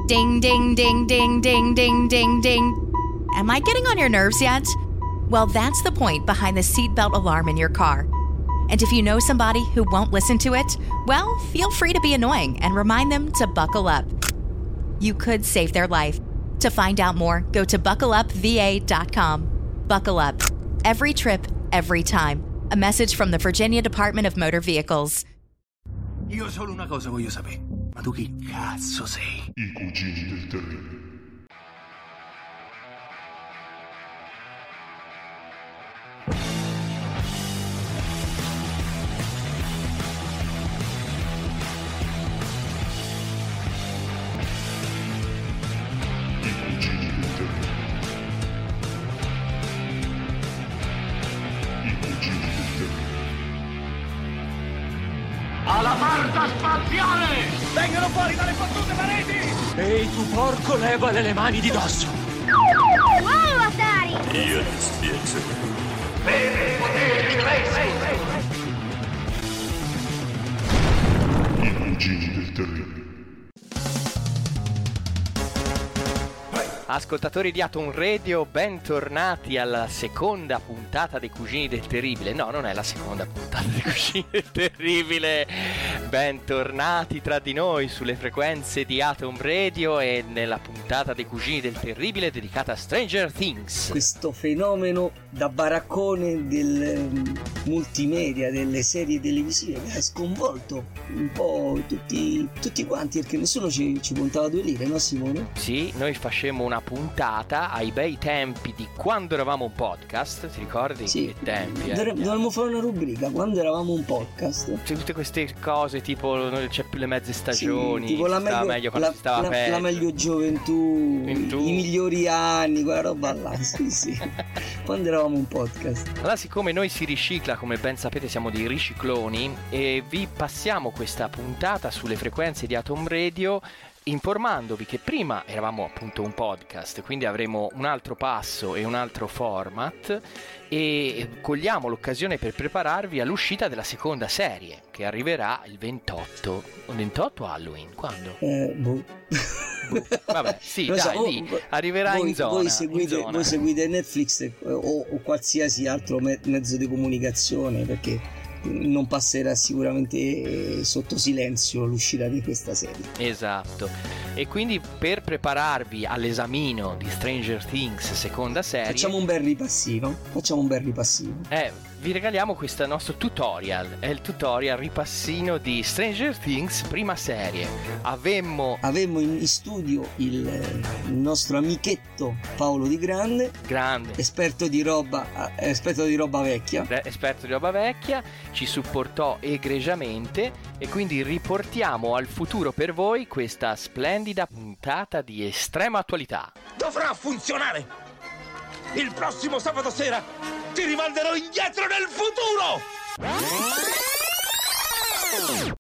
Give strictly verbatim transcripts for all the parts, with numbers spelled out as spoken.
Ding, ding, ding, ding, ding, ding, ding, ding. Am I getting on your nerves yet? Well, that's the point behind the seatbelt alarm in your car. And if you know somebody who won't listen to it, well, feel free to be annoying and remind them to buckle up. You could save their life. To find out more, go to buckle up v a dot com. Buckle up. Every trip, every time. A message from the Virginia Department of Motor Vehicles. Io solo una cosa voglio sapere. Ma tu chi cazzo sei? I cugini del terribile. Alla barca spaziale! Vengono fuori dalle fottute pareti! Ehi, tu porco, levale le mani di dosso! Wow, Atari! Io ti spiego. Bene, poteri racing! I cugini del terribile. Ascoltatori di Atom Radio, bentornati alla seconda puntata dei Cugini del Terribile. No, non è la seconda puntata dei Cugini del Terribile. Bentornati tra di noi sulle frequenze di Atom Radio e nella puntata dei Cugini del Terribile dedicata a Stranger Things. Questo fenomeno da baraccone del multimedia, delle serie televisive, che ha sconvolto un po' tutti, tutti quanti, perché nessuno ci, ci puntava due lire, no Simone? Sì, noi facemmo una puntata ai bei tempi di quando eravamo un podcast, ti ricordi? Sì, che tempi? Eh? Dovremmo fare una rubrica, quando eravamo un podcast. C'è tutte queste cose tipo non c'è più le mezze stagioni, sì, tipo la stava meglio, meglio quando la, si stava la, peggio. la meglio gioventù, Gioventù. I migliori anni, quella roba là, sì sì, quando eravamo un podcast. Allora, siccome noi si ricicla, come ben sapete siamo dei ricicloni, e vi passiamo questa puntata sulle frequenze di Atom Radio informandovi che prima eravamo appunto un podcast, quindi avremo un altro passo e un altro format, e cogliamo l'occasione per prepararvi all'uscita della seconda serie che arriverà il ventotto ventotto Halloween, quando? Eh, boh. boh. Vabbè, sì, Lo dai, so, lì voi, arriverà voi, in zona, voi seguite, in zona. voi seguite Netflix eh, o, o qualsiasi altro me- mezzo di comunicazione, perché non passerà sicuramente sotto silenzio l'uscita di questa serie. Esatto. E quindi per prepararvi all'esamino di Stranger Things seconda serie, facciamo un bel ripassino. Facciamo un bel ripassino. Eh, vi regaliamo questo nostro tutorial. È il tutorial ripassino di Stranger Things prima serie. Avemmo Avemmo in studio il, il nostro amichetto Paolo Di Grande, grande esperto di roba, eh, esperto di roba vecchia. eh, esperto di roba vecchia, ci supportò egregiamente e quindi riportiamo al futuro per voi questa splendida puntata di estrema attualità. Dovrà funzionare! Il prossimo sabato sera ti rimanderò indietro nel futuro!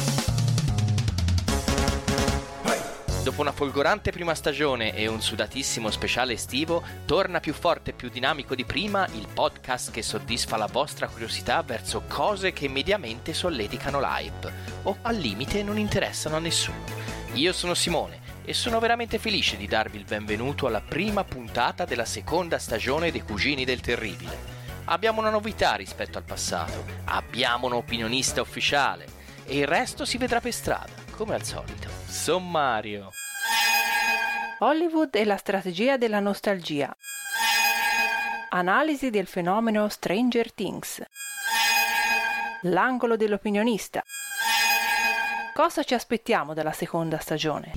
Dopo una folgorante prima stagione e un sudatissimo speciale estivo, torna più forte e più dinamico di prima il podcast che soddisfa la vostra curiosità verso cose che mediamente solleticano l'hype o al limite non interessano a nessuno. Io sono Simone e sono veramente felice di darvi il benvenuto alla prima puntata della seconda stagione dei Cugini del Terribile. Abbiamo una novità rispetto al passato, abbiamo un opinionista ufficiale e il resto si vedrà per strada, come al solito. Sommario. Hollywood e la strategia della nostalgia. Analisi del fenomeno Stranger Things. L'angolo dell'opinionista. Cosa ci aspettiamo dalla seconda stagione?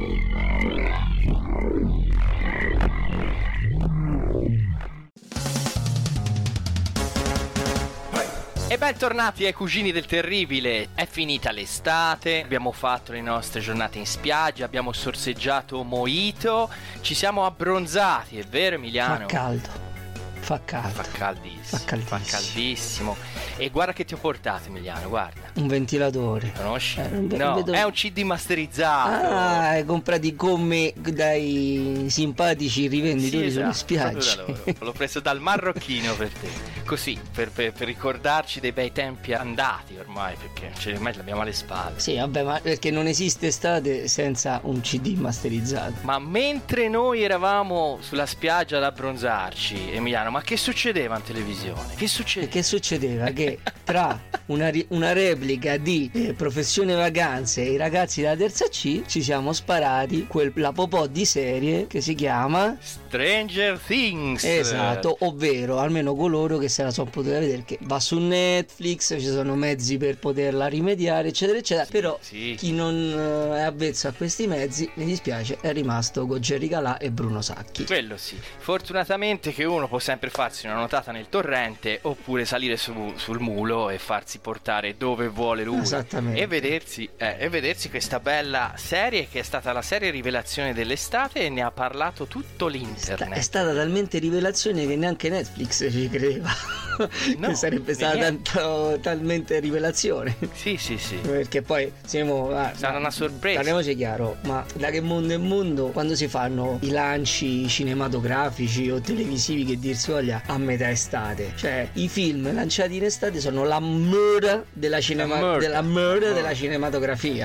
E bentornati ai Cugini del Terribile. È finita l'estate, abbiamo fatto le nostre giornate in spiaggia, abbiamo sorseggiato mojito, ci siamo abbronzati, è vero Emiliano? Fa caldo, fa caldo, Fa caldissimo, fa caldissimo. fa caldissimo. E guarda che ti ho portato Emiliano, guarda. Un ventilatore. Conosci? Eh, non ve- no, non vedo- è un C D masterizzato. Ah, hai comprati come dai simpatici rivenditori Sì, sulle esatto, proprio spiagge. da loro. L'ho preso dal marrocchino per te. così, per, per, per ricordarci dei bei tempi andati ormai, perché cioè, ormai l'abbiamo alle spalle. Sì, vabbè, ma perché non esiste estate senza un C D masterizzato. Ma mentre noi eravamo sulla spiaggia ad abbronzarci, Emiliano, ma che succedeva in televisione? Che succedeva? Che succedeva? Che tra una, ri- una replica di eh, Professione Vacanze e i ragazzi della terza C ci siamo sparati quel, la popò di serie che si chiama Stranger Things. Esatto, ovvero almeno coloro che se la sono potuta vedere, che va su Netflix, ci sono mezzi per poterla rimediare eccetera eccetera, sì, però sì. Chi non uh, è avvezzo a questi mezzi, mi dispiace, è rimasto con Gerry Calà e Bruno Sacchi. Quello sì, fortunatamente che uno può sempre farsi una notata nel torrente oppure salire su, sul mulo e farsi portare dove vuole lui. Esattamente. E vedersi, eh, e vedersi questa bella serie che è stata la serie rivelazione dell'estate e ne ha parlato tutto l'internet. È stata talmente rivelazione che neanche Netflix ci credeva. No, che sarebbe stata tanto, talmente rivelazione. Sì, sì, sì. Perché poi siamo ah, sarà una sorpresa. Parliamoci chiaro, ma da che mondo è mondo, quando si fanno i lanci cinematografici o televisivi che dir si voglia a metà estate, cioè i film lanciati in estate sono la murda della cinema la della murda della cinematografia.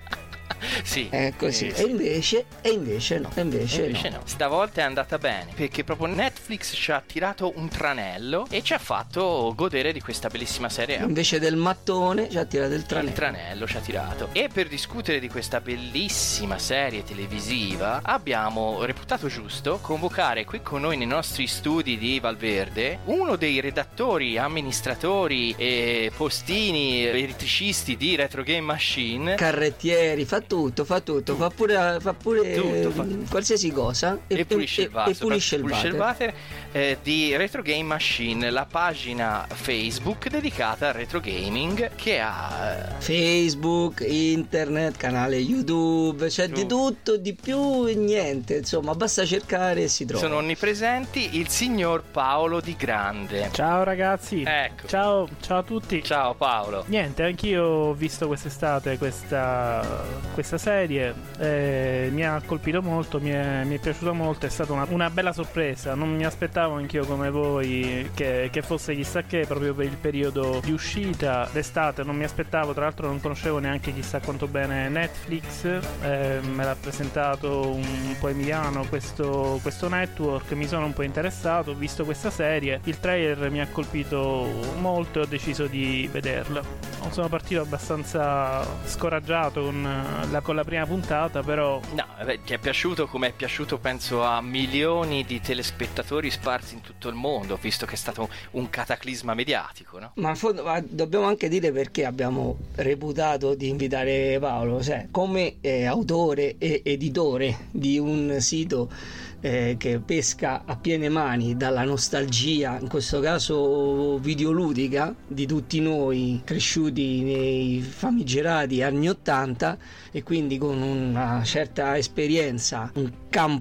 Sì, è così. E invece, e invece no, e invece, e invece no. no. Stavolta è andata bene perché proprio Netflix ci ha tirato un tranello e ci ha fatto godere di questa bellissima serie. Invece del mattone ci ha tirato il tranello. Il tranello ci ha tirato. E per discutere di questa bellissima serie televisiva abbiamo reputato giusto convocare qui con noi nei nostri studi di Valverde uno dei redattori, amministratori e postini elettricisti di Retro Game Machine, carrettieri, fa tutto, fa tutto, fa pure, fa pure tutto, fa... qualsiasi cosa e, e pulisce il vaso, e pulisce il pulisce water, il water eh, di Retro Game Machine, la pagina Facebook dedicata al retro gaming che ha Facebook, internet, canale YouTube, c'è di tutto, di più e niente, insomma basta cercare e si trova. Sono onnipresenti il signor Paolo Di Grande. Ciao ragazzi. Ecco. Ciao, ciao a tutti. Ciao Paolo. Niente, anch'io ho visto quest'estate questa questa serie, eh, mi ha colpito molto, mi è, mi è piaciuta molto, è stata una, una bella sorpresa, non mi aspettavo anch'io come voi che, che fosse chissà che proprio per il periodo di uscita d'estate, non mi aspettavo, tra l'altro non conoscevo neanche chissà quanto bene Netflix, eh, me l'ha presentato un po' Emiliano questo, questo network, mi sono un po' interessato, ho visto questa serie, il trailer mi ha colpito molto e ho deciso di vederla. Sono partito abbastanza scoraggiato con La, con la prima puntata, però no, beh, ti è piaciuto come è piaciuto penso a milioni di telespettatori sparsi in tutto il mondo, visto che è stato un cataclisma mediatico, no? Ma in fondo ma dobbiamo anche dire perché abbiamo reputato di invitare Paolo, cioè come eh, autore e editore di un sito eh, che pesca a piene mani dalla nostalgia, in questo caso videoludica, di tutti noi cresciuti nei famigerati anni ottanta e quindi con una certa esperienza, un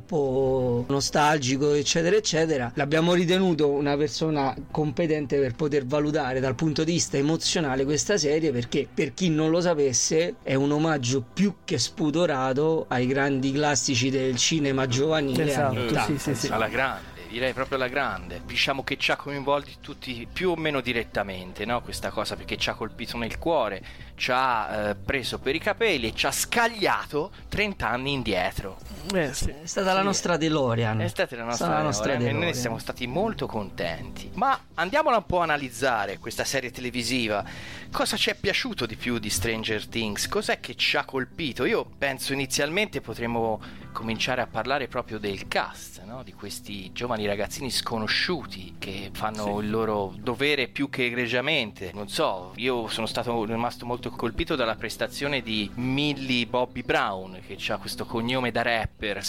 campo nostalgico eccetera eccetera, l'abbiamo ritenuto una persona competente per poter valutare dal punto di vista emozionale questa serie, perché per chi non lo sapesse è un omaggio più che spudorato ai grandi classici del cinema giovanile, esatto, anni ottanta, sì, sì, sì. alla grande. Direi proprio alla grande, diciamo che ci ha coinvolti tutti più o meno direttamente, no? Questa cosa, perché ci ha colpito nel cuore, ci ha eh, preso per i capelli e ci ha scagliato trenta anni indietro. Eh, sì. È stata sì. la nostra DeLorean. È stata la nostra, la nostra DeLorean, DeLorean e noi siamo stati molto contenti. Ma andiamola un po' a analizzare questa serie televisiva. Cosa ci è piaciuto di più di Stranger Things? Cos'è che ci ha colpito? Io penso inizialmente potremmo cominciare a parlare proprio del cast, no? Di questi giovani ragazzini sconosciuti che fanno sì. il loro dovere più che egregiamente. Non so, io sono stato rimasto molto colpito dalla prestazione di Millie Bobby Brown, che ha questo cognome da rapper.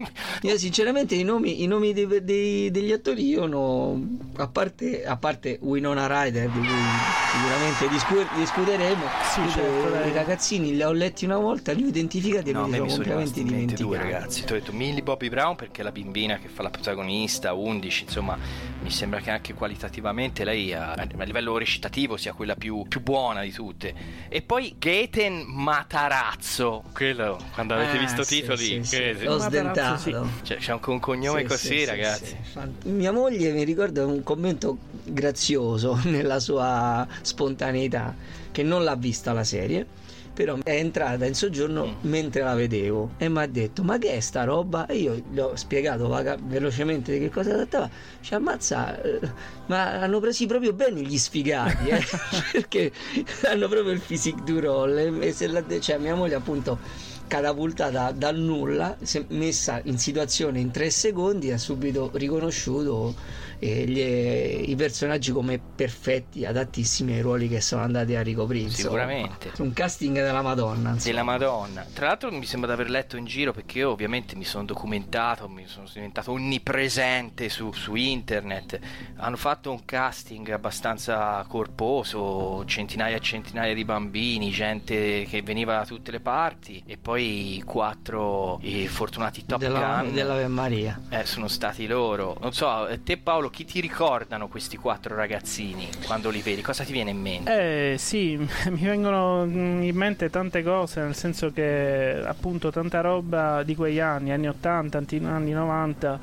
Io sinceramente i nomi, i nomi dei, dei, degli attori io no, a parte, a parte Winona Ryder, di cui sicuramente discu- discuteremo, sì, certo, i ragazzini li ho letti una volta, li ho identificati e no, me li sono completamente dimenticati. Due, ragazzi. Ti ho detto Millie Bobby Brown perché è la bimbina che fa la protagonista, undici, insomma, mi sembra che anche qualitativamente lei a, a livello recitativo sia quella più, più buona di tutte. E poi Gaten Matarazzo, quello, quando avete ah, visto sì, titoli, sì, sì. L'ho sdentato, sì. Cioè, c'è anche un cognome sì, così, sì, ragazzi. Sì, sì. Mia moglie mi ricorda un commento grazioso nella sua spontaneità, che non l'ha vista la serie, però è entrata in soggiorno mm. mentre la vedevo e mi ha detto: ma che è sta roba? E io gli ho spiegato vaga- velocemente di che cosa trattava. Ci ammazza, eh, ma hanno presi proprio bene gli sfigati, eh? Perché hanno proprio il physique du role, e se la de- cioè mia moglie appunto catapultata dal nulla, si è messa in situazione in tre secondi, ha subito riconosciuto e gli, i personaggi come perfetti, adattissimi ai ruoli che sono andati a ricoprire. Sicuramente. Un casting della Madonna, insomma. Della Madonna. Tra l'altro mi sembra di aver letto in giro, perché io ovviamente mi sono documentato, mi sono diventato onnipresente su, su internet. Hanno fatto un casting abbastanza corposo, centinaia e centinaia di bambini, gente che veniva da tutte le parti, e poi quattro i fortunati Top della, Gun dell'Ave Maria eh, sono stati loro. Non so, te Paolo, chi ti ricordano questi quattro ragazzini quando li vedi? Cosa ti viene in mente? Eh sì, mi vengono in mente tante cose, nel senso che appunto tanta roba di quegli anni, anni ottanta, anni novanta,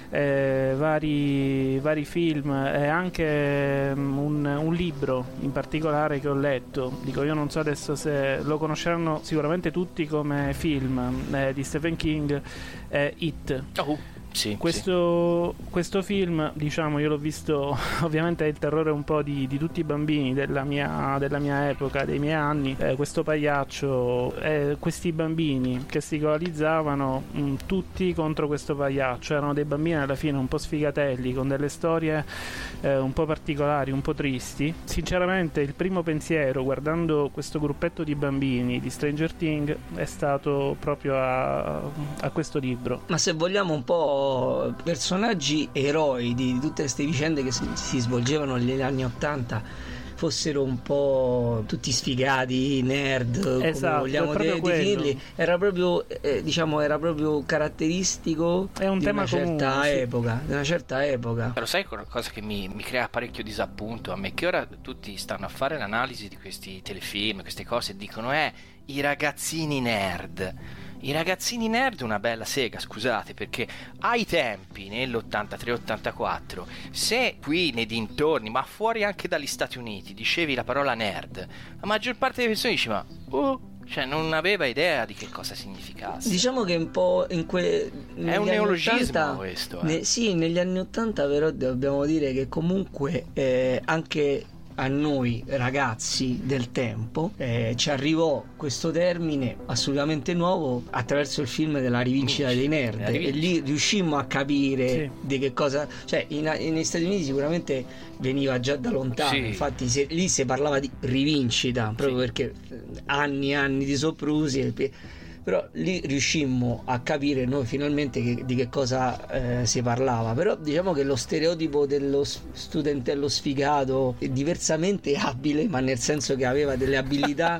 eh, vari, vari film e anche un, un libro in particolare che ho letto. Dico, io non so adesso se lo conosceranno sicuramente tutti come film, eh, di Stephen King, eh, It. Oh. Sì, questo, sì. questo film, diciamo, io l'ho visto, ovviamente è il terrore un po' di, di tutti i bambini della mia, della mia epoca, dei miei anni. Eh, questo pagliaccio, eh, questi bambini che si coalizzavano mh, tutti contro questo pagliaccio. Erano dei bambini alla fine un po' sfigatelli, con delle storie eh, un po' particolari, un po' tristi. Sinceramente il primo pensiero guardando questo gruppetto di bambini di Stranger Things è stato proprio a, a questo libro. Ma se vogliamo un po' personaggi eroi di tutte queste vicende che si, si svolgevano negli anni ottanta fossero un po' tutti sfigati, nerd, esatto, come vogliamo de- definirli, era proprio eh, diciamo era proprio caratteristico è un di tema una certa comune, epoca, sì. di una certa epoca. Però sai una cosa che mi, mi crea parecchio disappunto a me, che ora tutti stanno a fare l'analisi di questi telefilm, queste cose, e dicono eh i ragazzini nerd. I ragazzini nerd una bella sega, scusate, perché ai tempi, nell'ottantatré ottantaquattro, se qui nei dintorni, ma fuori anche dagli Stati Uniti, dicevi la parola nerd, la maggior parte delle persone diceva oh, cioè non aveva idea di che cosa significasse. Diciamo che un po' in que... è un neologismo ottanta, questo. Eh. Ne... Sì, negli anni ottanta però dobbiamo dire che comunque eh, anche a noi ragazzi del tempo eh, ci arrivò questo termine assolutamente nuovo attraverso il film della rivincita dei nerd, e lì riuscimmo a capire sì. di che cosa, cioè in, negli Stati Uniti sicuramente veniva già da lontano, sì. infatti se, lì si parlava di rivincita proprio sì. perché anni e anni di soprusi e, però lì riuscimmo a capire noi finalmente che, di che cosa eh, si parlava. Però diciamo che lo stereotipo dello studentello sfigato è diversamente abile, ma nel senso che aveva delle abilità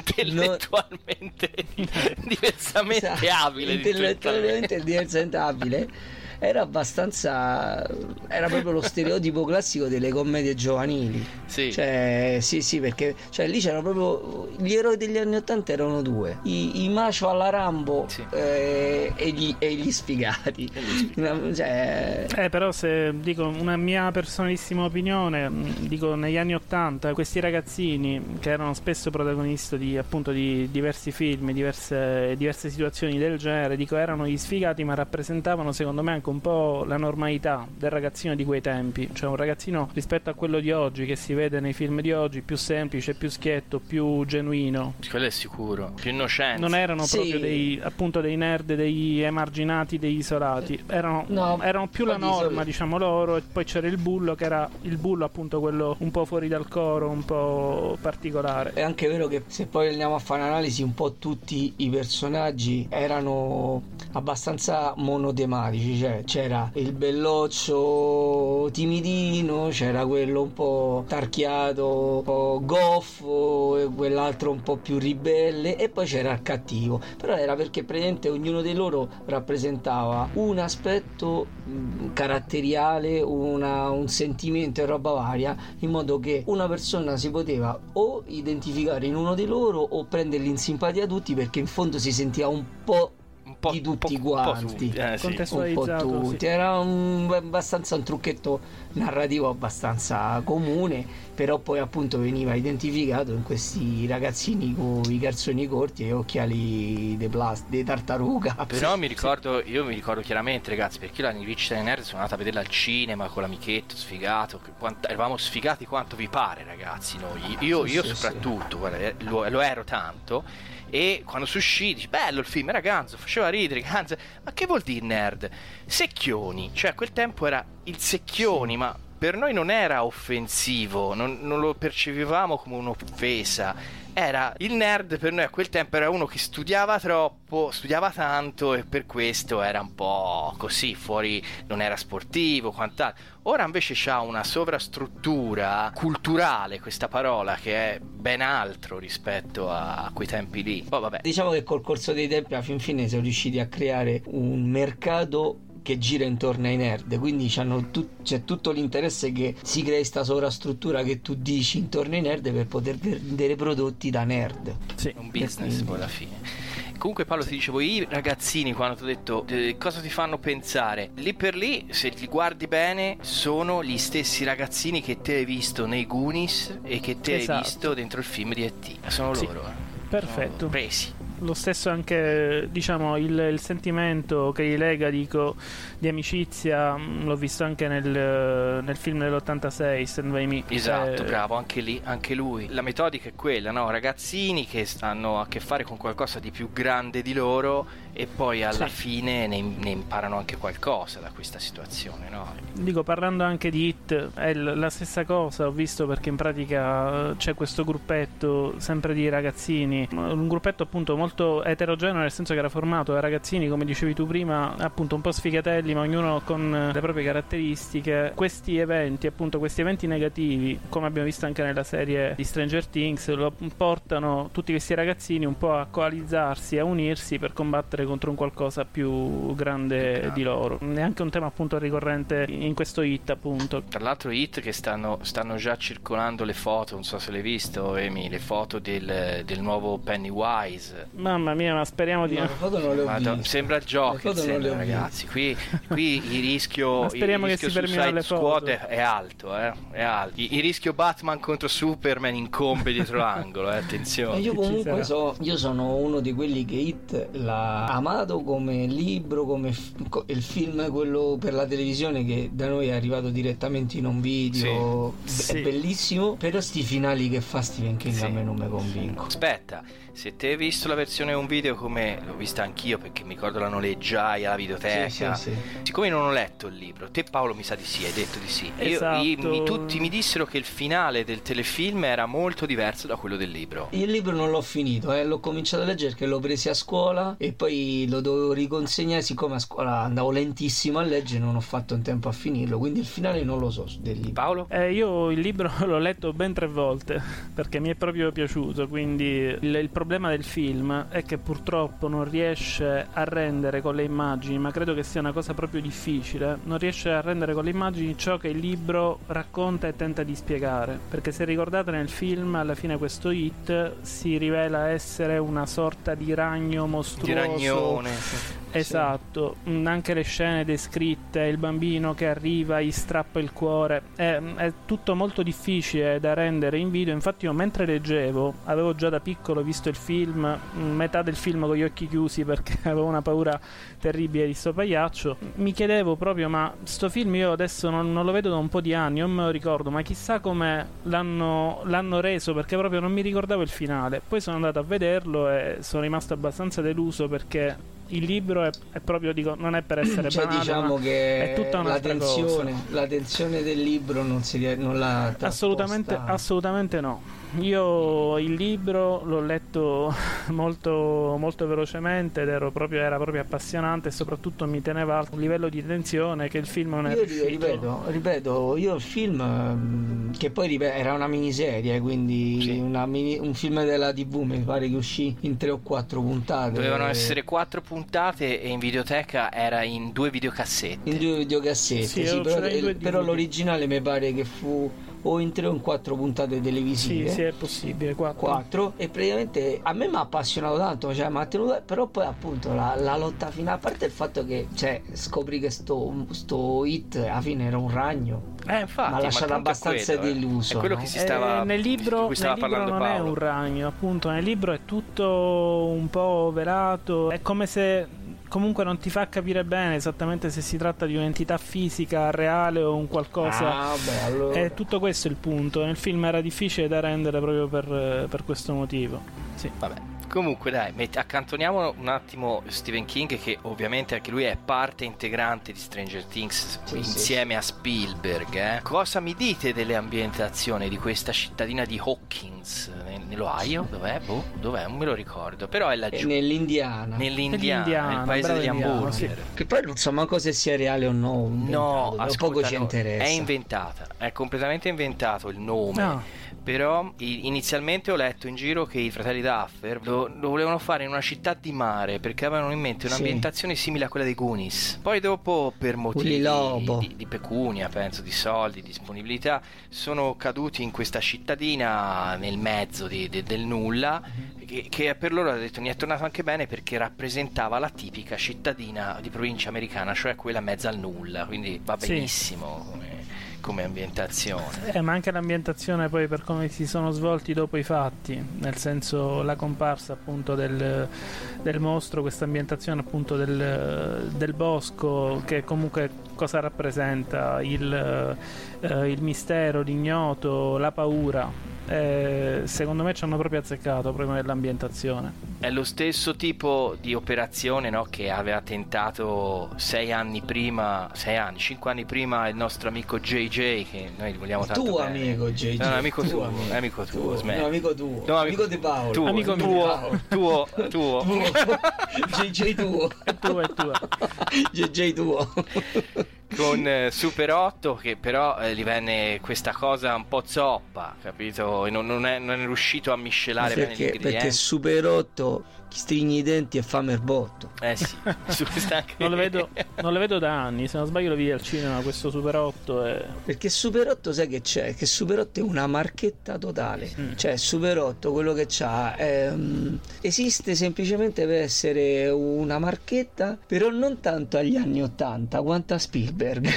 intellettualmente non... diversamente esatto. abile intellettualmente diversamente abile. Era abbastanza era proprio lo stereotipo classico delle commedie giovanili, sì. Cioè sì sì perché cioè, lì c'erano proprio gli eroi degli anni ottanta, erano due, i, i macio alla Rambo sì. eh, e, gli, e gli sfigati, cioè... eh però se dico una mia personalissima opinione, dico negli anni ottanta questi ragazzini che erano spesso protagonisti di appunto di diversi film, diverse, diverse situazioni del genere, dico erano gli sfigati, ma rappresentavano secondo me anche un po' la normalità del ragazzino di quei tempi, cioè un ragazzino rispetto a quello di oggi che si vede nei film di oggi, più semplice, più schietto, più genuino. Quello è sicuro, più innocente. Non erano sì. proprio dei appunto dei nerd, degli emarginati, dei isolati, erano, no, erano più la norma, diciamo loro, e poi c'era il bullo che era il bullo appunto quello un po' fuori dal coro, un po' particolare. È anche vero che se poi andiamo a fare un'analisi, un po' tutti i personaggi erano abbastanza monotematici, cioè cioè c'era il belloccio timidino, c'era quello un po' tarchiato, un po' goffo, e quell'altro un po' più ribelle, e poi c'era il cattivo. Però era perché praticamente ognuno di loro rappresentava un aspetto mh, caratteriale, una, un sentimento e roba varia, in modo che una persona si poteva o identificare in uno di loro o prenderli in simpatia a tutti, perché in fondo si sentiva un po' un po' di tutti un po', quanti, un po' tutti, eh, sì. un po' tutti. Sì. Era un, abbastanza un trucchetto narrativo abbastanza comune, però poi appunto veniva identificato in questi ragazzini con i calzoni corti e occhiali de plastica, de tartaruga. Però mi ricordo, io mi ricordo chiaramente, ragazzi, perché io la Rivista dei Nerd sono andata a vederla al cinema con l'amichetto sfigato, che quant- eravamo sfigati quanto vi pare, ragazzi, noi. Io, Sì, io sì, soprattutto, sì. Guarda, lo, lo ero tanto. E quando si uscì, dici, bello il film, era ganzo, faceva ridere, ganzo. Ma che vuol dire nerd? Secchioni, cioè a quel tempo era il secchioni, sì. Ma per noi non era offensivo, non, non lo percepivamo come un'offesa. Era il nerd, per noi a quel tempo era uno che studiava troppo, studiava tanto, e per questo era un po' così, fuori, non era sportivo, quant'altro. Ora invece c'ha una sovrastruttura culturale questa parola, che è ben altro rispetto a quei tempi lì. Oh, vabbè. Diciamo che col corso dei tempi alla fin fine sono riusciti a creare un mercato che gira intorno ai nerd, quindi c'hanno tut- c'è tutto l'interesse che si crei questa sovrastruttura che tu dici intorno ai nerd per poter vendere prodotti da nerd. Sì, un business poi alla fine. Comunque Paolo, ti dicevo, i ragazzini, quando ti ho detto eh, cosa ti fanno pensare, lì per lì, se ti guardi bene, sono gli stessi ragazzini che te hai visto nei Goonies e che te esatto. hai visto dentro il film di E T. Sono sì. loro, eh. Perfetto. Sono presi. Lo stesso anche, diciamo, il, il sentimento che gli lega, dico, di amicizia, l'ho visto anche nel, nel film dell'ottantasei, Stand By Me. Esatto, eh, bravo, anche lì, anche lui. La metodica è quella, no? Ragazzini che hanno a che fare con qualcosa di più grande di loro e poi alla sì. fine ne, ne imparano anche qualcosa da questa situazione, no? Dico, parlando anche di It, è l- la stessa cosa, ho visto, perché in pratica c'è questo gruppetto sempre di ragazzini, un gruppetto appunto molto molto eterogeneo, nel senso che era formato da ragazzini, come dicevi tu prima, appunto un po' sfigatelli, ma ognuno con le proprie caratteristiche. Questi eventi, appunto questi eventi negativi, come abbiamo visto anche nella serie di Stranger Things, lo portano tutti questi ragazzini un po' a coalizzarsi, a unirsi per combattere contro un qualcosa più grande ah. di loro. È anche un tema appunto ricorrente in questo Hit, appunto. Tra l'altro Hit che stanno, stanno già circolando le foto, non so se l'hai visto, Emi, le foto del, del nuovo Pennywise. Mamma mia, ma speriamo di no, le foto non le ho viste. Sembra il gioco, sembra, ragazzi. Qui, qui il rischio, ma speriamo il rischio che si fermino le foto. Squad è, è alto, eh? È alto. Il, il rischio Batman contro Superman incombe dietro l'angolo, eh? Attenzione. Io comunque so, io sono uno di quelli che Hit l'ha amato come libro, come f- il film, quello per la televisione che da noi è arrivato direttamente in un video, sì. È sì. bellissimo, però sti finali che fa Stephen King sì. a me non mi convinco. Aspetta, se te hai visto la versione un video, come l'ho vista anch'io perché mi ricordo la noleggiai alla videoteca, sì, sì, sì. siccome non ho letto il libro, te Paolo mi sa di sì, hai detto di sì, esatto. io, io, mi, tutti mi dissero che il finale del telefilm era molto diverso da quello del libro. Il libro non l'ho finito, eh, l'ho cominciato a leggere perché l'ho preso a scuola e poi lo dovevo riconsegnare, siccome a scuola andavo lentissimo a leggere, non ho fatto in tempo a finirlo, quindi il finale non lo so del libro. Paolo? Eh, io il libro l'ho letto ben tre volte perché mi è proprio piaciuto, quindi il, il problema del film è che purtroppo non riesce a rendere con le immagini, ma credo che sia una cosa proprio difficile, non riesce a rendere con le immagini ciò che il libro racconta e tenta di spiegare, perché se ricordate nel film alla fine questo Hit si rivela essere una sorta di ragno mostruoso, di ragnone. Esatto, sì. Anche le scene descritte, il bambino che arriva, gli strappa il cuore, è, è tutto molto difficile da rendere in video. Infatti io mentre leggevo, avevo già da piccolo visto il film, metà del film con gli occhi chiusi perché avevo una paura terribile di sto pagliaccio, mi chiedevo proprio, ma sto film io adesso non, non lo vedo da un po' di anni, non me lo ricordo, ma chissà come l'hanno, l'hanno reso, perché proprio non mi ricordavo il finale. Poi sono andato a vederlo e sono rimasto abbastanza deluso, perché il libro è, è proprio, dico, non è per essere cioè, banale, diciamo che è tutta la tensione, cosa. La tensione del libro non, si, non l'ha assolutamente, assolutamente no. io il libro l'ho letto molto, molto velocemente ed ero proprio, era proprio appassionante e soprattutto mi teneva a un livello di tensione che il film non è io riuscito. ripeto, ripeto, io il film, che poi ripeto, era una miniserie, quindi sì. una mini, un film della tivù, mi pare che uscì in tre o quattro puntate. Dovevano essere quattro puntate e in videoteca era in due videocassette. In due videocassette, sì, sì, però, due però l'originale mi pare che fu o in tre o in quattro puntate televisive. Sì, sì, è possibile, quattro. quattro e praticamente a me mi ha appassionato tanto, cioè mi ha tenuto, però poi appunto la, la lotta finale, a parte il fatto che cioè scopri che sto, sto hit alla fine era un ragno. Eh, infatti, mi ha lasciato abbastanza quello, deluso. Eh. È quello no? che si stava, eh, nel libro, di cui stava nel libro parlando non Paolo. è un ragno, appunto, nel libro è tutto un po' velato, è come se comunque non ti fa capire bene esattamente se si tratta di un'entità fisica reale o un qualcosa. Ah, beh, allora. È tutto questo il punto. Nel film era difficile da rendere proprio per, per questo motivo. Sì. Vabbè. Comunque dai, met- accantoniamo un attimo Stephen King, che ovviamente anche lui è parte integrante di Stranger Things, sì, insieme sì. a Spielberg. Eh? Cosa mi dite delle ambientazioni di questa cittadina di Hawkins? Nell'Ohio? Dov'è? Boh, dov'è? Non me lo ricordo. Però è laggiù. È nell'Indiana. Nell'Indiana, Nell'Indiana, nel paese degli Indiana, hamburger. sì. Che poi non so manco se sia reale o no. No, ascolta, poco ci no, interessa. è inventata, è completamente inventato il nome. No. Però inizialmente ho letto in giro che i fratelli Duffer lo, lo volevano fare in una città di mare perché avevano in mente un'ambientazione sì. simile a quella dei Goonies. Poi dopo, per motivi di, di pecunia, penso, di soldi, di disponibilità, sono caduti in questa cittadina nel mezzo di, di, del nulla, che, che per loro, ha detto, mi è tornato anche bene perché rappresentava la tipica cittadina di provincia americana, cioè quella mezza al nulla, quindi va benissimo sì. come... come ambientazione. Eh, ma anche l'ambientazione poi per come si sono svolti dopo i fatti, nel senso la comparsa appunto del, del mostro, questa ambientazione appunto del, del bosco, che comunque cosa rappresenta il, eh, il mistero, l'ignoto, la paura. Eh, secondo me ci hanno proprio azzeccato prima dell'ambientazione. È lo stesso tipo di operazione, no, che aveva tentato sei anni prima, sei anni, cinque anni prima il nostro amico J J, che noi gli vogliamo tanto tuo bene. amico J J. No, amico tuo, tuo, amico. amico tuo, tuo smetti. no, amico tuo, no, amico di Paolo, tuo, amico tuo, mio. tuo, tuo, tuo. J J tuo, è tuo, è tuo. J J tuo. Con eh, Super otto, che però eh, gli venne questa cosa un po' zoppa, capito? E non, non, è, non è riuscito a miscelare perché, bene gli ingredienti. Perché Super otto chi stringi i denti e fame il botto. Eh sì, su questa anche... non, lo vedo, non lo vedo da anni, se non sbaglio lo vidi al cinema questo Super otto e... Perché Super otto sai che c'è? Che Super otto è una marchetta totale. Mm. Cioè Super otto quello che c'ha è, um, esiste semplicemente per essere una marchetta, però non tanto agli anni ottanta quanto a Spielberg.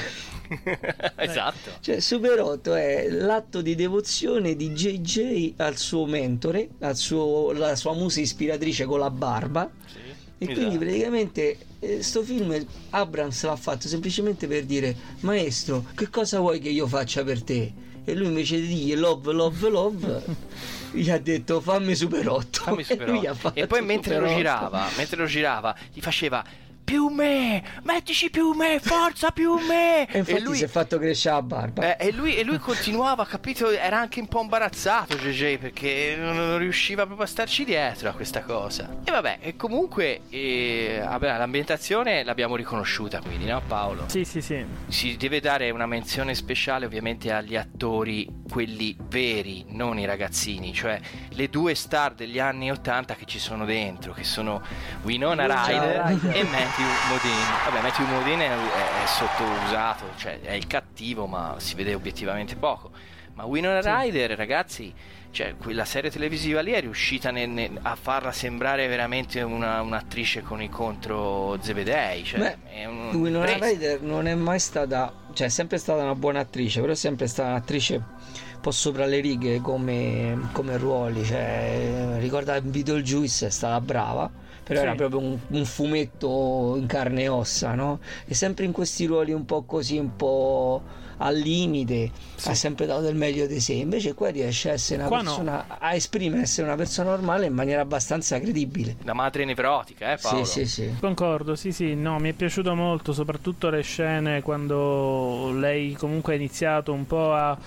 Esatto. Cioè Super otto è l'atto di devozione di J J al suo mentore, al suo, la sua musa ispiratrice con la barba. Sì, e esatto. Quindi praticamente eh, sto film Abrams l'ha fatto semplicemente per dire: maestro, che cosa vuoi che io faccia per te? E lui invece di dire love love love gli ha detto fammi Super otto. Fammi Super otto. E, e poi mentre lo girava mentre lo girava gli faceva più me, mettici più me, forza più me. E infatti e lui si è fatto crescere la barba. Eh, e, lui, e lui continuava, capito? Era anche un po' imbarazzato J J perché non, non riusciva proprio a starci dietro a questa cosa. E vabbè, e comunque eh, vabbè, l'ambientazione l'abbiamo riconosciuta, quindi, no Paolo? Sì, sì, sì. Si deve dare una menzione speciale ovviamente agli attori, quelli veri, non i ragazzini, cioè le due star degli anni ottanta che ci sono dentro, che sono Winona Ryder e Matthew Modine. Vabbè, Matthew Modine è, è sottousato, cioè è il cattivo, ma si vede obiettivamente poco. Ma Winona sì. Ryder, ragazzi, cioè quella serie televisiva lì è riuscita ne, ne, a farla sembrare veramente una, un'attrice con i contro Zebedei. Cioè, Beh, è un Winona Ryder non è mai stata, cioè è sempre stata una buona attrice, però è sempre stata un'attrice un po' sopra le righe come, come ruoli. Cioè, ricorda in Beetlejuice è stata brava, però sì. Era proprio un, un fumetto in carne e ossa, no? E sempre in questi ruoli un po' così, un po' al limite, sì. Ha sempre dato del meglio di sé. Invece qua riesce a essere una qua persona, no. a esprimere essere una persona normale in maniera abbastanza credibile. La madre nevrotica, eh Paolo? Sì, sì, sì. Concordo, sì, sì, no, mi è piaciuto molto, soprattutto le scene quando lei comunque ha iniziato un po' a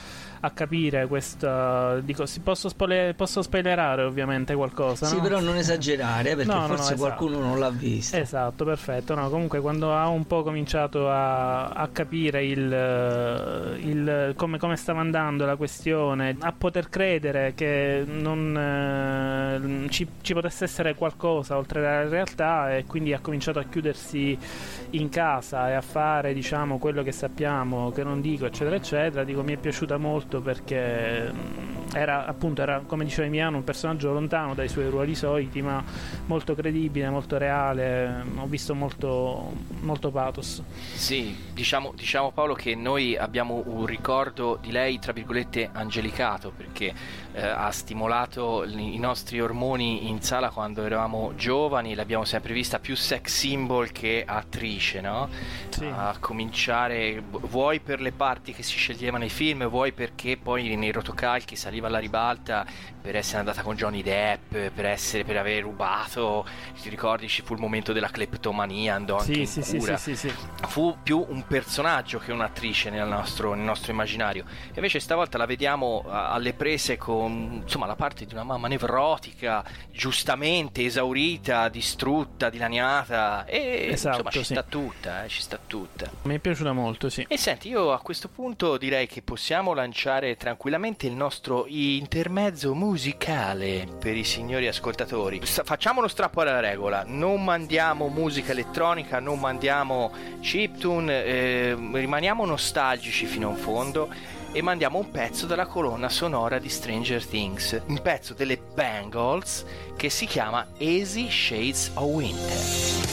a capire questo. Dico, si posso, spoiler, posso spoilerare ovviamente qualcosa, sì, no? però non esagerare, perché no, forse no, no, qualcuno esatto. non l'ha visto. Esatto, perfetto. No, comunque quando ha un po' cominciato a, a capire il, il come, come stava andando la questione, a poter credere che non eh, ci, ci potesse essere qualcosa oltre la realtà, e quindi ha cominciato a chiudersi in casa e a fare, diciamo, quello che sappiamo, che non dico, eccetera eccetera. Dico, mi è piaciuta molto perché era, appunto, era, come diceva Emiliano, un personaggio lontano dai suoi ruoli soliti, ma molto credibile, molto reale. Ho visto molto, molto pathos. Sì, diciamo, diciamo Paolo che noi abbiamo un ricordo di lei, tra virgolette, angelicato, perché eh, ha stimolato i nostri ormoni in sala quando eravamo giovani. L'abbiamo sempre vista più sex symbol che attrice, no? Sì. A cominciare, vuoi per le parti che si sceglieva nei film, vuoi perché poi nei rotocalchi saliva alla ribalta per essere andata con Johnny Depp, per essere per aver rubato. Ti ricordi, ci fu il momento della cleptomania, andò anche sì, in sì, cura. sì, sì, sì, sì. Fu più un personaggio che un'attrice nel nostro, nel nostro immaginario. E invece stavolta la vediamo alle prese con, insomma, la parte di una mamma nevrotica, giustamente esaurita, distrutta, dilaniata, e esatto, insomma ci sì. sta tutta, eh, ci sta tutta. Mi è piaciuta molto, sì. E senti, io a questo punto direi che possiamo lanciare tranquillamente il nostro intermezzo musicale per i signori ascoltatori. Sta- facciamo uno strappo alla regola: non mandiamo musica elettronica, non mandiamo chiptune, eh, rimaniamo nostalgici fino in fondo e mandiamo un pezzo della colonna sonora di Stranger Things, un pezzo delle Bangles che si chiama Easy Shades of Winter.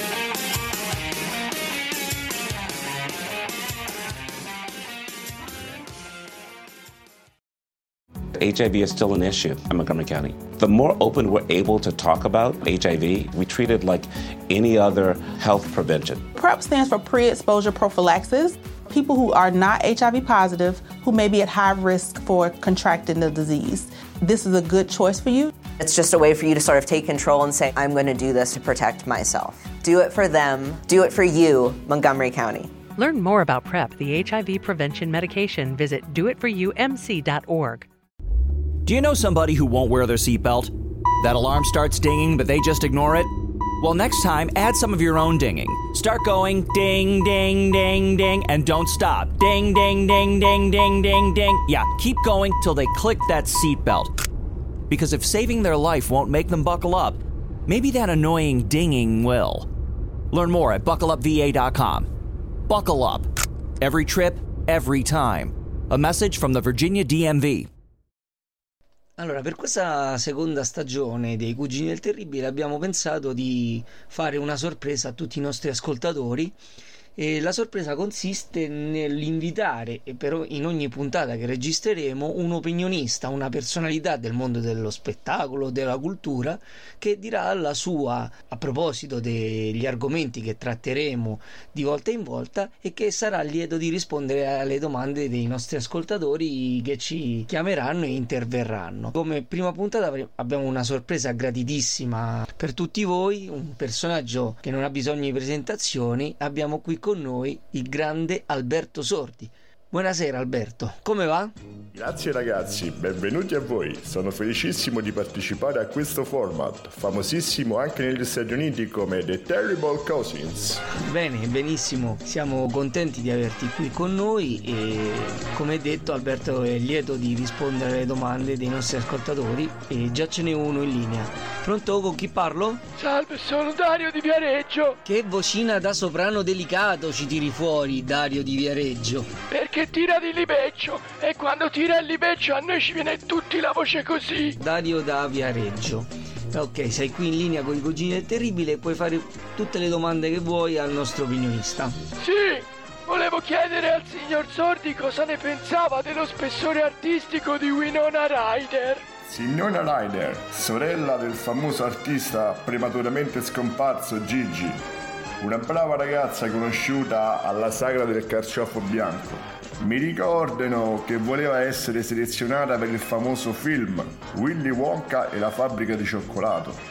H I V is still an issue in Montgomery County. The more open we're able to talk about H I V, we treat it like any other health prevention. PrEP stands for pre-exposure prophylaxis. People who are not H I V positive, who may be at high risk for contracting the disease. This is a good choice for you. It's just a way for you to sort of take control and say, I'm going to do this to protect myself. Do it for them. Do it for you, Montgomery County. Learn more about PrEP, the H I V prevention medication. Visit do it for you m c dot org. Do you know somebody who won't wear their seatbelt? That alarm starts dinging, but they just ignore it? Well, next time, add some of your own dinging. Start going ding, ding, ding, ding, and don't stop. Ding, ding, ding, ding, ding, ding, ding. Yeah, keep going till they click that seatbelt. Because if saving their life won't make them buckle up, maybe that annoying dinging will. Learn more at buckle up v a dot com. Buckle up. Every trip, every time. A message from the Virginia D M V. Allora, per questa seconda stagione dei Cugini del Terribile abbiamo pensato di fare una sorpresa a tutti i nostri ascoltatori, e la sorpresa consiste nell'invitare, e però in ogni puntata che registreremo, un opinionista, una personalità del mondo dello spettacolo, della cultura, che dirà la sua a proposito degli argomenti che tratteremo di volta in volta, e che sarà lieto di rispondere alle domande dei nostri ascoltatori che ci chiameranno e interverranno. Come prima puntata abbiamo una sorpresa gratitissima per tutti voi, un personaggio che non ha bisogno di presentazioni. Abbiamo qui con noi il grande Alberto Sordi. Buonasera Alberto, come va? Grazie ragazzi, benvenuti a voi. Sono felicissimo di partecipare a questo format, famosissimo anche negli Stati Uniti come The Terrible Cousins. Bene, benissimo, siamo contenti di averti qui con noi e, come detto, Alberto è lieto di rispondere alle domande dei nostri ascoltatori, e già ce n'è uno in linea. Pronto, con chi parlo? Salve, sono Dario di Viareggio. Che vocina da soprano delicato ci tiri fuori, Dario di Viareggio. Perché tira di libeccio, e quando tira il libeccio a noi ci viene tutti la voce così. Dario da Viareggio. Ok, sei qui in linea con i Cugini del Terribile e puoi fare tutte le domande che vuoi al nostro opinionista. Sì, volevo chiedere al signor Sordi cosa ne pensava dello spessore artistico di Winona Ryder. Winona Ryder, sorella del famoso artista prematuramente scomparso Gigi, una brava ragazza conosciuta alla sagra del carciofo bianco. Mi ricordano che voleva essere selezionata per il famoso film Willy Wonka e la fabbrica di cioccolato.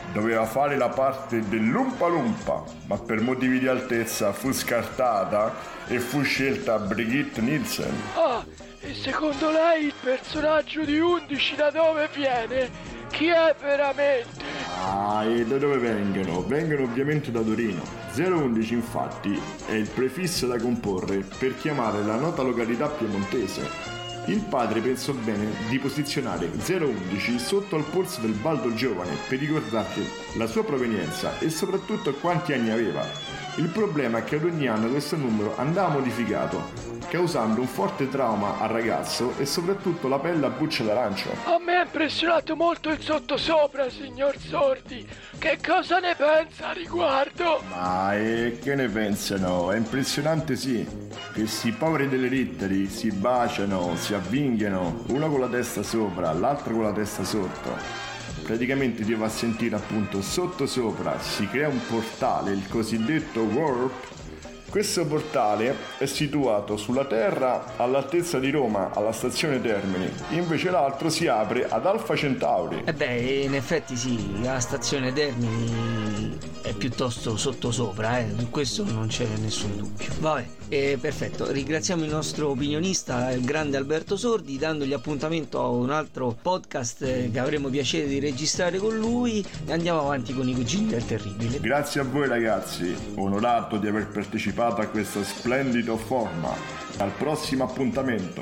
Doveva fare la parte dell'Umpa Lumpa, ma per motivi di altezza fu scartata e fu scelta Brigitte Nielsen. Ah, e secondo lei il personaggio di undici da dove viene? Chi è veramente? Ah, e da dove vengono? Vengono ovviamente da Torino. zero undici infatti è il prefisso da comporre per chiamare la nota località piemontese. Il padre pensò bene di posizionare zero undici sotto al polso del baldo giovane per ricordargli la sua provenienza e soprattutto quanti anni aveva. Il problema è che ad ogni anno questo numero andava modificato, causando un forte trauma al ragazzo e soprattutto la pelle a buccia d'arancio. A me ha impressionato molto il sottosopra, signor Sordi. Che cosa ne pensa a riguardo? Ma e che ne pensano? È impressionante, sì. Questi poveri delle Ritteri si baciano, si avvinghiano, uno con la testa sopra, l'altro con la testa sotto. Praticamente ti va a sentire appunto sotto sopra, si crea un portale, il cosiddetto warp. Questo portale è situato sulla Terra all'altezza di Roma, alla stazione Termini, invece l'altro si apre ad Alfa Centauri. E beh, in effetti sì, la stazione Termini è piuttosto sottosopra, eh? Su questo non c'è nessun dubbio. Vabbè, eh, perfetto, ringraziamo il nostro opinionista, il grande Alberto Sordi, dandogli appuntamento a un altro podcast eh, che avremo piacere di registrare con lui, e andiamo avanti con i Cugini del Terribile. Grazie a voi ragazzi, onorato di aver partecipato a questo splendido format. Al prossimo appuntamento.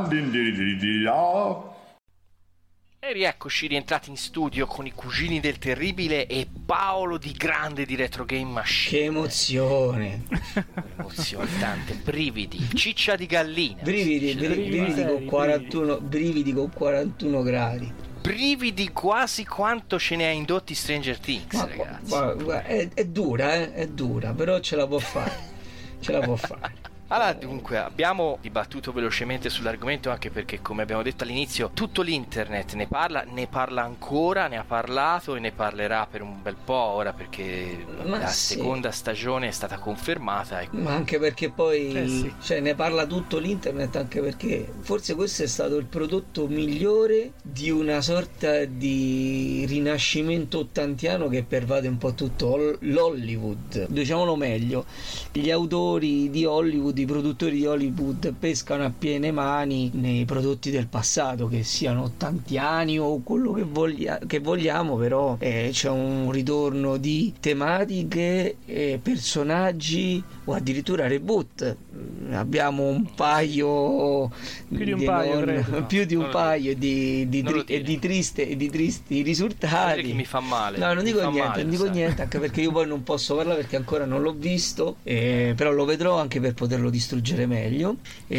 E rieccoci rientrati in studio con i Cugini del Terribile e Paolo Di Grande di Retro Game Machine. Che emozione! Emozione, tante, brividi, ciccia di gallina. Brividi, brividi, brividi, con quarantuno, brividi con quarantuno gradi. Brividi quasi quanto ce ne ha indotti Stranger Things, ma, ragazzi. Ma, ma, è, è dura, eh? È dura, però ce la può fare. Ce la può fare. Allora, dunque, abbiamo dibattuto velocemente sull'argomento anche perché, come abbiamo detto all'inizio, tutto l'internet ne parla, ne parla ancora, ne ha parlato e ne parlerà per un bel po' ora perché Ma la sì. seconda stagione è stata confermata. E... Ma anche perché poi eh sì. cioè, ne parla tutto l'internet, anche perché forse questo è stato il prodotto migliore di una sorta di rinascimento ottantiano che pervade un po' tutto l'Hollywood. Diciamolo meglio, gli autori di Hollywood, i produttori di Hollywood pescano a piene mani nei prodotti del passato, che siano ottantiani o quello che, voglia, che vogliamo, però eh, c'è un ritorno di tematiche, eh, personaggi o addirittura reboot. Abbiamo un paio più di un di paio, non, credo, più di un no. paio di, di, tri- e di, triste, e di tristi risultati. Che mi fa male. No, non dico niente, male, non dico sai. niente, anche perché io poi non posso parlare perché ancora non l'ho visto, eh, però lo vedrò anche per poterlo distruggere meglio.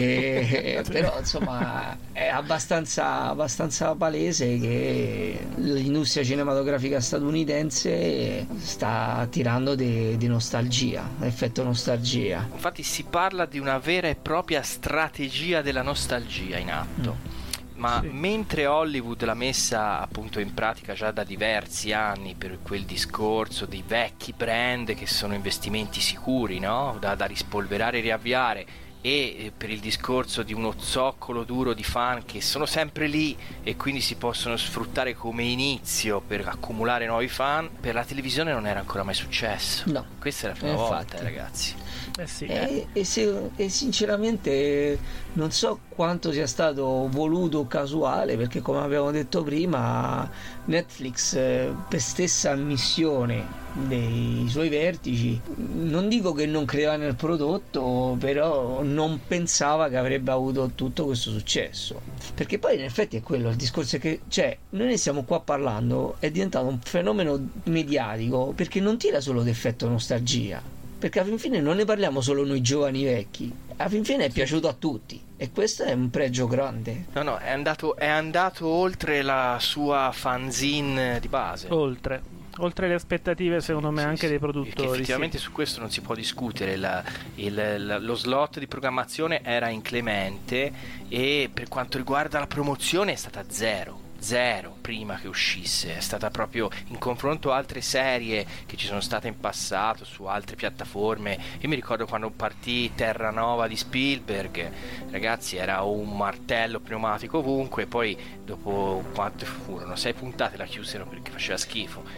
Eh, però insomma è abbastanza, abbastanza palese che l'industria cinematografica statunitense sta tirando di, di nostalgia, effetto nostalgia. Infatti si parla di una vera e propria strategia della nostalgia in atto. Mm. Ma sì. Mentre Hollywood l'ha messa appunto in pratica già da diversi anni per quel discorso dei vecchi brand che sono investimenti sicuri, no? Da, da rispolverare e riavviare, e per il discorso di uno zoccolo duro di fan che sono sempre lì e quindi si possono sfruttare come inizio per accumulare nuovi fan, per la televisione non era ancora mai successo. No. Questa è la prima eh, volta, infatti. ragazzi. Eh sì, e, eh. e, se, e sinceramente non so quanto sia stato voluto o casuale, perché come abbiamo detto prima Netflix, eh, per stessa ammissione dei suoi vertici, non dico che non credeva nel prodotto, però non pensava che avrebbe avuto tutto questo successo, perché poi in effetti è quello il discorso, è che cioè noi ne stiamo qua parlando, è diventato un fenomeno mediatico perché non tira solo d'effetto nostalgia, perché alla fin fine non ne parliamo solo noi giovani vecchi, alla fin fine è piaciuto a tutti e questo è un pregio grande. No no, è andato, è andato oltre la sua fanzine di base, oltre oltre le aspettative secondo me, sì, anche sì, dei produttori. Effettivamente sì. Su questo non si può discutere, la, il, la, lo slot di programmazione era inclemente e per quanto riguarda la promozione è stata zero zero prima che uscisse, è stata proprio in confronto a altre serie che ci sono state in passato su altre piattaforme. Io mi ricordo quando partì Terranova di Spielberg, ragazzi, era un martello pneumatico ovunque, poi dopo quante furono? Sei puntate la chiusero perché faceva schifo.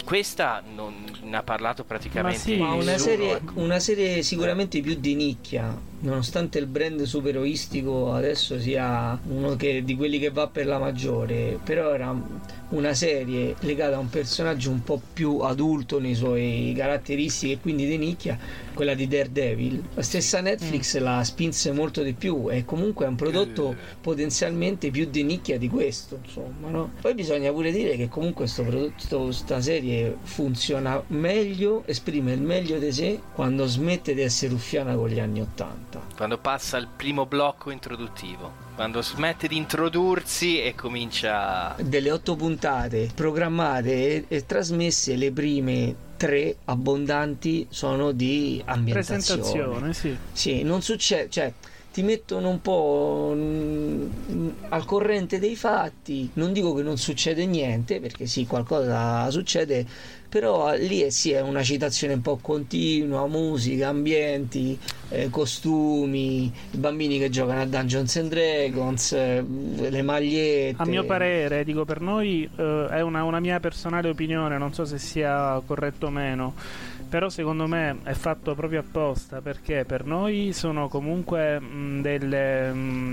questa non ne ha parlato praticamente. Ma sì, ma una serie, una serie sicuramente più di nicchia, nonostante il brand supereroistico adesso sia uno che, di quelli che va per la maggiore, però era una serie legata a un personaggio un po' più adulto nei suoi caratteristiche e quindi di nicchia, quella di Daredevil. La stessa Netflix mm. la spinse molto di più e comunque è un prodotto uh. potenzialmente più di nicchia di questo, insomma, no? Poi bisogna pure dire che comunque sto prodotto, sta serie funziona meglio, esprime il meglio di sé quando smette di essere ruffiana con gli anni ottanta, quando passa il primo blocco introduttivo, quando smette di introdursi e comincia. Delle otto puntate programmate e, e trasmesse, le prime tre abbondanti sono di ambientazione. Presentazione, sì. Sì, non succede, cioè ti mettono un po' al corrente dei fatti. Non dico che non succede niente, perché sì, qualcosa succede, però lì è, sì, è una citazione un po' continua, musica, ambienti, eh, costumi, i bambini che giocano a Dungeons and Dragons, eh, le magliette. A mio parere, dico per noi, eh, è una, una mia personale opinione, non so se sia corretto o meno, però secondo me è fatto proprio apposta, perché per noi sono comunque mh, delle,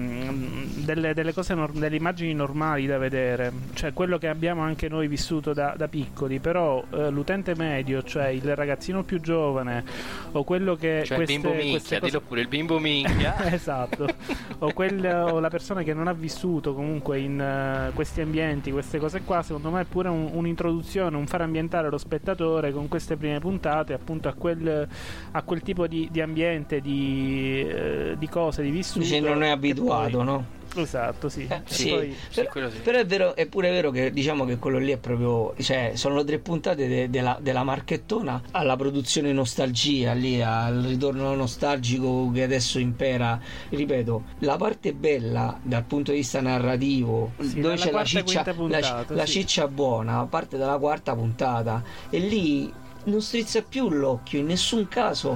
mh, delle, delle cose, nor- delle immagini normali da vedere, cioè quello che abbiamo anche noi vissuto da, da piccoli, però eh, l'utente medio, cioè il ragazzino più giovane o quello che cioè queste, il bimbo minchia, cose... dillo pure, il bimbo minchia esatto, o, quel, o la persona che non ha vissuto comunque in uh, questi ambienti, queste cose qua, secondo me è pure un, un'introduzione, un far ambientare lo spettatore con queste prime puntate appunto a quel, a quel tipo di, di ambiente, di, eh, di cose, di vissuto. Dice non è abituato, poi... no? Esatto, sì. Eh, sì, sì. poi... Però, sì. però è vero, è pure vero che diciamo che quello lì è proprio, cioè sono tre puntate de, de la, della marchettona alla produzione nostalgia, lì al ritorno nostalgico che adesso impera. Ripeto, la parte bella dal punto di vista narrativo, sì, dove c'è la ciccia, puntata, la, la sì. ciccia buona, parte dalla quarta puntata, e lì non strizza più l'occhio in nessun caso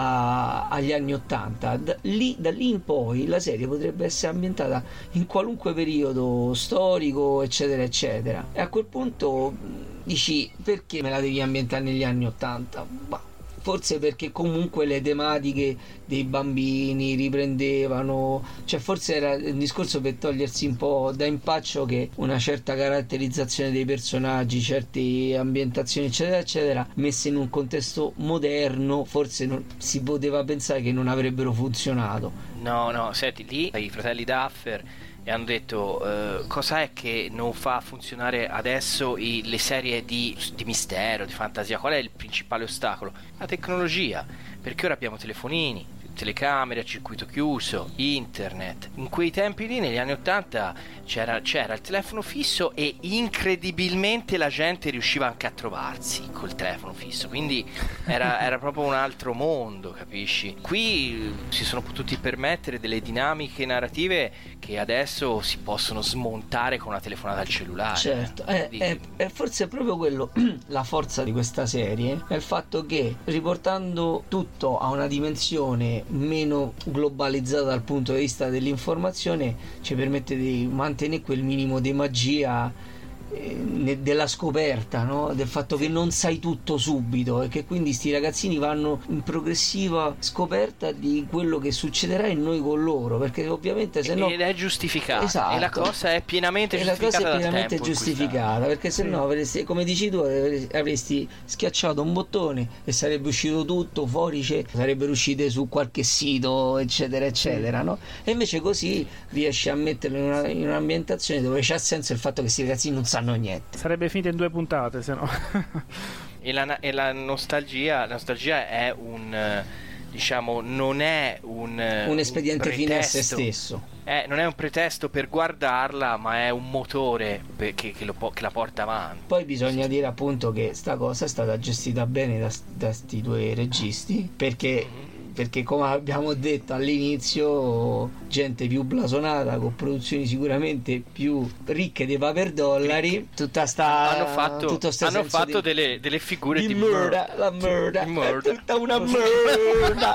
a, agli anni ottanta. Da lì, da lì in poi la serie potrebbe essere ambientata in qualunque periodo storico, eccetera eccetera, e a quel punto dici: perché me la devi ambientare negli anni ottanta? Bah, forse perché comunque le tematiche dei bambini riprendevano, cioè forse era un discorso per togliersi un po' da impaccio che una certa caratterizzazione dei personaggi, certe ambientazioni eccetera eccetera, messe in un contesto moderno, forse non, si poteva pensare che non avrebbero funzionato. No, no, senti, lì i fratelli Duffer e hanno detto uh, cosa è che non fa funzionare adesso i, le serie di, di mistero, di fantasia. Qual è il principale ostacolo? La tecnologia, perché ora abbiamo telefonini, telecamere a circuito chiuso, internet. In quei tempi lì, negli anni ottanta, c'era, c'era il telefono fisso e incredibilmente la gente riusciva anche a trovarsi col telefono fisso, quindi era, era proprio un altro mondo, capisci? Qui si sono potuti permettere delle dinamiche narrative che adesso si possono smontare con una telefonata al cellulare. Certo, è, è, è forse proprio quello la forza di questa serie, è il fatto che, riportando tutto a una dimensione meno globalizzata dal punto di vista dell'informazione, ci permette di mantenere quel minimo di magia eh, della scoperta, no? Del fatto che non sai tutto subito e che quindi sti ragazzini vanno in progressiva scoperta di quello che succederà in noi con loro, perché ovviamente se no ed è giustificata, esatto. E la cosa è pienamente e giustificata, la cosa è pienamente giustificata, perché se sì. no avresti, come dici tu, avresti schiacciato un bottone e sarebbe uscito tutto fuori, cioè, sarebbero uscite su qualche sito eccetera eccetera, sì. No? E invece così riesci a metterlo in, una, in un'ambientazione dove c'ha senso il fatto che questi ragazzi non sanno niente. Sarebbe finita in due puntate, se no. e, la, e la nostalgia la nostalgia è un, diciamo, non è un un espediente un fine a se stesso, eh, non è un pretesto per guardarla, ma è un motore per, che, che, lo, che la porta avanti. Poi bisogna dire appunto che sta cosa è stata gestita bene da, da sti due registi, perché mm-hmm. perché come abbiamo detto all'inizio, gente più blasonata con produzioni sicuramente più ricche dei paper dollari, tutta sta hanno fatto, tutto sta hanno fatto di, delle, delle figure di, di murda, murda. la murda, di murda. È tutta una murda.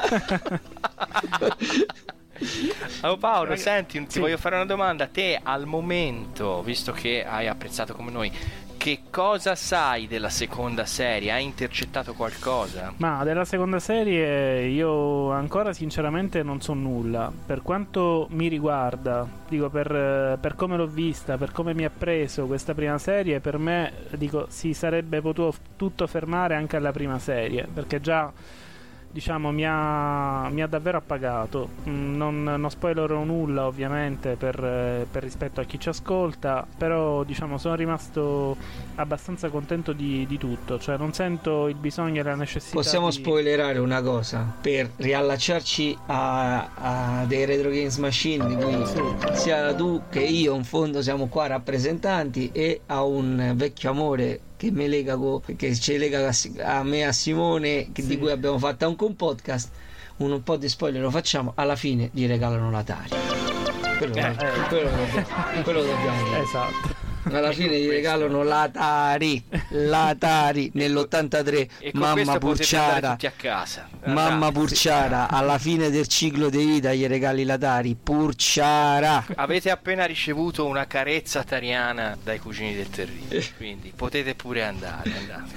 Oh Paolo, Ragazzi, senti, ti sì. voglio fare una domanda. Te al momento, visto che hai apprezzato come noi, Che cosa sai della seconda serie? Hai intercettato qualcosa? Ma della seconda serie io ancora sinceramente non so nulla. Per quanto mi riguarda, dico per, per come l'ho vista, per come mi ha preso questa prima serie, per me dico si sarebbe potuto tutto fermare anche alla prima serie, perché già diciamo mi ha, mi ha davvero appagato. Non, non spoilerò nulla ovviamente per, per rispetto a chi ci ascolta, però diciamo sono rimasto abbastanza contento di, di tutto, cioè non sento il bisogno e la necessità. Possiamo di... spoilerare una cosa per riallacciarci a, a dei Retro Games Machine di cui sì. sia tu che io in fondo siamo qua rappresentanti, e a un vecchio amore che mi lega co, che ci lega a, a me e a Simone, che, sì. di cui abbiamo fatto anche un podcast. Un, un po' di spoiler lo facciamo, alla fine gli regalano l'Atari. Quello, eh, eh. quello, dobbiamo, quello dobbiamo dire. Esatto. Alla fine gli regalano l'Atari, l'Atari nell'ottantatré. E con mamma Purciara, tutti a casa. mamma Purciara, alla fine del ciclo di vita gli regali l'Atari. Purciara. Avete appena ricevuto una carezza atariana dai cugini del Terribile, quindi potete pure andare,